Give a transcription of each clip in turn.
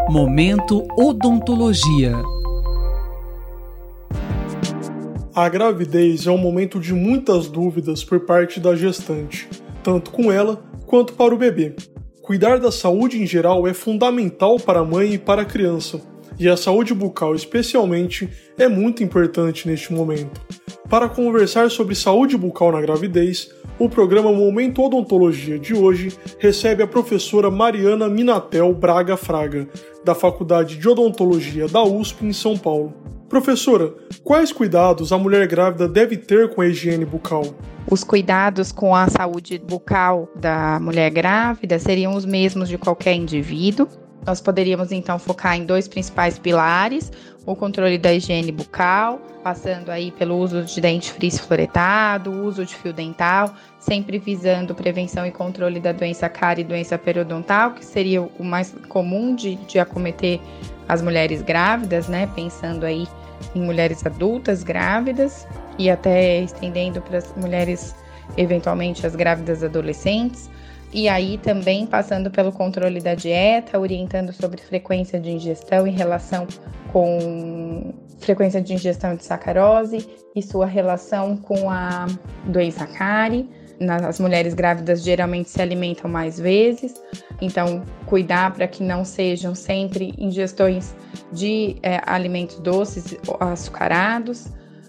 Momento Odontologia. A gravidez é um momento de muitas dúvidas por parte da gestante, tanto com ela quanto para o bebê. Cuidar da saúde em geral é fundamental para a mãe e para a criança, e a saúde bucal especialmente é muito importante neste momento. Para conversar sobre saúde bucal na gravidez, o programa Momento Odontologia de hoje recebe a professora Mariana Minatel Braga Fraga, da Faculdade de Odontologia da USP em São Paulo. Professora, quais cuidados a mulher grávida deve ter com a higiene bucal? Os cuidados com a saúde bucal da mulher grávida seriam os mesmos de qualquer indivíduo. Nós poderíamos então focar em dois principais pilares: o controle da higiene bucal, passando aí pelo uso de dente frizz fluoretado, uso de fio dental, sempre visando prevenção e controle da doença cárie e doença periodontal, que seria o mais comum de acometer as mulheres grávidas, né? Pensando aí em mulheres adultas grávidas e até estendendo para as mulheres, eventualmente as grávidas adolescentes. E aí também passando pelo controle da dieta, orientando sobre frequência de ingestão em relação com frequência de ingestão de sacarose e sua relação com a doença cárie. As mulheres grávidas geralmente se alimentam mais vezes, então cuidar para que não sejam sempre ingestões de alimentos doces, açucarados,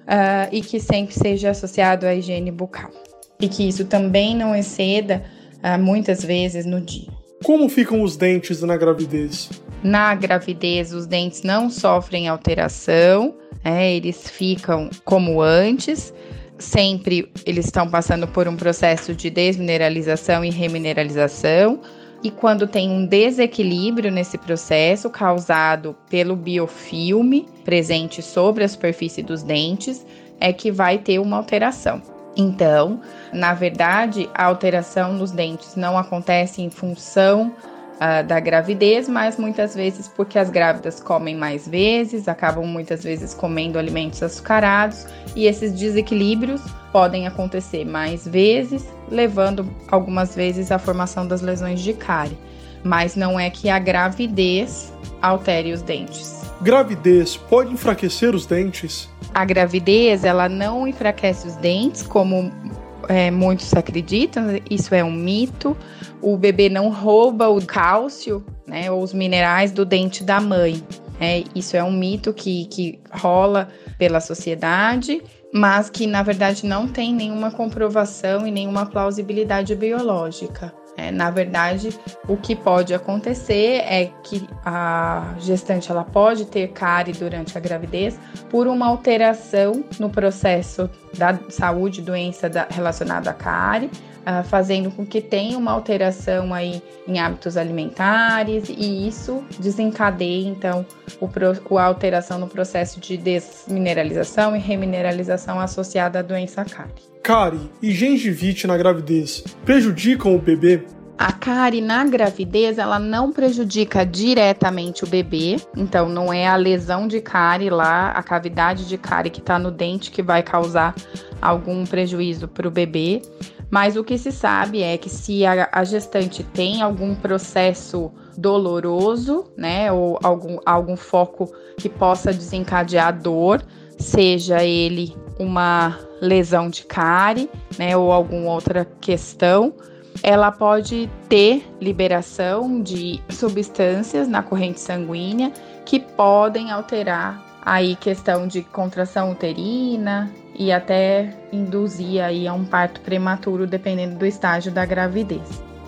e que sempre seja associado à higiene bucal. E que isso também não exceda muitas vezes no dia. Como ficam os dentes na gravidez? Na gravidez, os dentes não sofrem alteração, eles ficam como antes. Sempre eles estão passando por um processo de desmineralização e remineralização. E quando tem um desequilíbrio nesse processo causado pelo biofilme presente sobre a superfície dos dentes, é que vai ter uma alteração. Então, na verdade, a alteração nos dentes não acontece em função da gravidez, mas muitas vezes porque as grávidas comem mais vezes, acabam muitas vezes comendo alimentos açucarados, e esses desequilíbrios podem acontecer mais vezes, levando algumas vezes à formação das lesões de cárie. Mas não é que a gravidez altere os dentes. Gravidez pode enfraquecer os dentes? A gravidez, ela não enfraquece os dentes, como muitos acreditam, isso é um mito. O bebê não rouba o cálcio, ou os minerais do dente da mãe. Isso é um mito que rola pela sociedade, mas que, na verdade, não tem nenhuma comprovação e nenhuma plausibilidade biológica. Na verdade, o que pode acontecer é que a gestante ela pode ter cárie durante a gravidez por uma alteração no processo da saúde, doença relacionada à cárie, fazendo com que tenha uma alteração aí em hábitos alimentares, e isso desencadeia, então, a alteração no processo de desmineralização e remineralização associada à doença cárie. Cárie e gengivite na gravidez prejudicam o bebê? A cárie na gravidez, ela não prejudica diretamente o bebê, então não é a lesão de cárie lá, a cavidade de cárie que está no dente que vai causar algum prejuízo para o bebê, mas o que se sabe é que se a gestante tem algum processo doloroso, ou algum foco que possa desencadear dor, seja ele uma lesão de cárie, ou alguma outra questão, ela pode ter liberação de substâncias na corrente sanguínea que podem alterar aí questão de contração uterina e até induzir aí a um parto prematuro, dependendo do estágio da gravidez.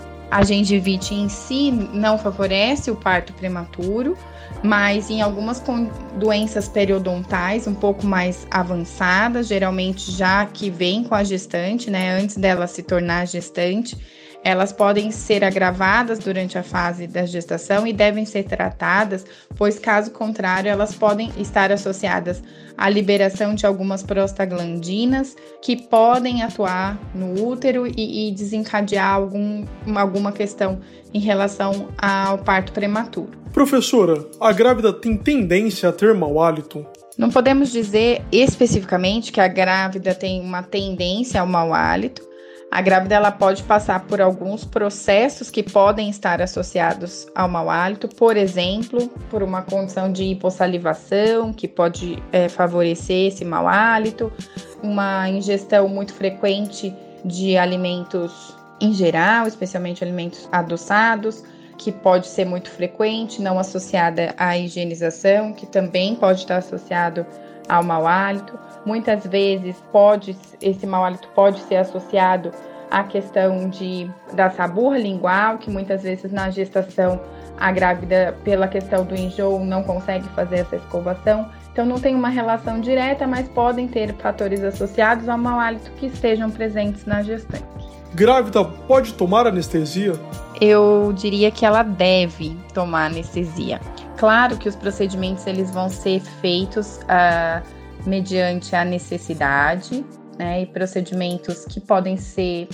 A gengivite em si não favorece o parto prematuro, mas em algumas doenças periodontais um pouco mais avançadas, geralmente já que vem com a gestante, antes dela se tornar gestante, elas podem ser agravadas durante a fase da gestação e devem ser tratadas, pois caso contrário elas podem estar associadas à liberação de algumas prostaglandinas que podem atuar no útero e desencadear alguma questão em relação ao parto prematuro. Professora, a grávida tem tendência a ter mau hálito? Não podemos dizer especificamente que a grávida tem uma tendência ao mau hálito. A grávida ela pode passar por alguns processos que podem estar associados ao mau hálito, por exemplo, por uma condição de hipossalivação, que pode favorecer esse mau hálito, uma ingestão muito frequente de alimentos em geral, especialmente alimentos adoçados, que pode ser muito frequente, não associada à higienização, que também pode estar associado ao mau hálito. Muitas vezes esse mau hálito pode ser associado à questão da saburra lingual, que muitas vezes na gestação a grávida, pela questão do enjoo, não consegue fazer essa escovação. Então não tem uma relação direta, mas podem ter fatores associados ao mau hálito que estejam presentes na gestante. Grávida pode tomar anestesia? Eu diria que ela deve tomar anestesia. Claro que os procedimentos eles vão ser feitos mediante a necessidade, né, e procedimentos que podem ser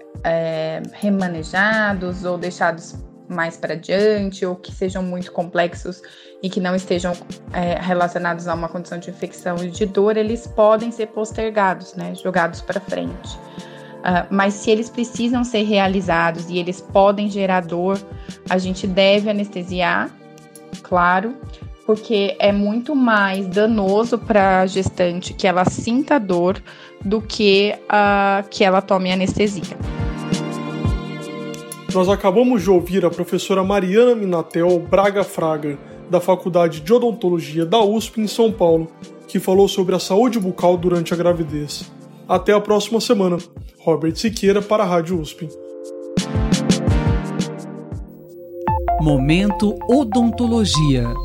remanejados ou deixados mais para diante, ou que sejam muito complexos e que não estejam relacionados a uma condição de infecção e de dor, eles podem ser postergados, né, jogados para frente. Mas se eles precisam ser realizados e eles podem gerar dor, a gente deve anestesiar, claro, porque é muito mais danoso para a gestante que ela sinta dor do que ela tome anestesia. Nós acabamos de ouvir a professora Mariana Minatel Braga Fraga, da Faculdade de Odontologia da USP em São Paulo, que falou sobre a saúde bucal durante a gravidez. Até a próxima semana. Robert Siqueira para a Rádio USP. Momento Odontologia.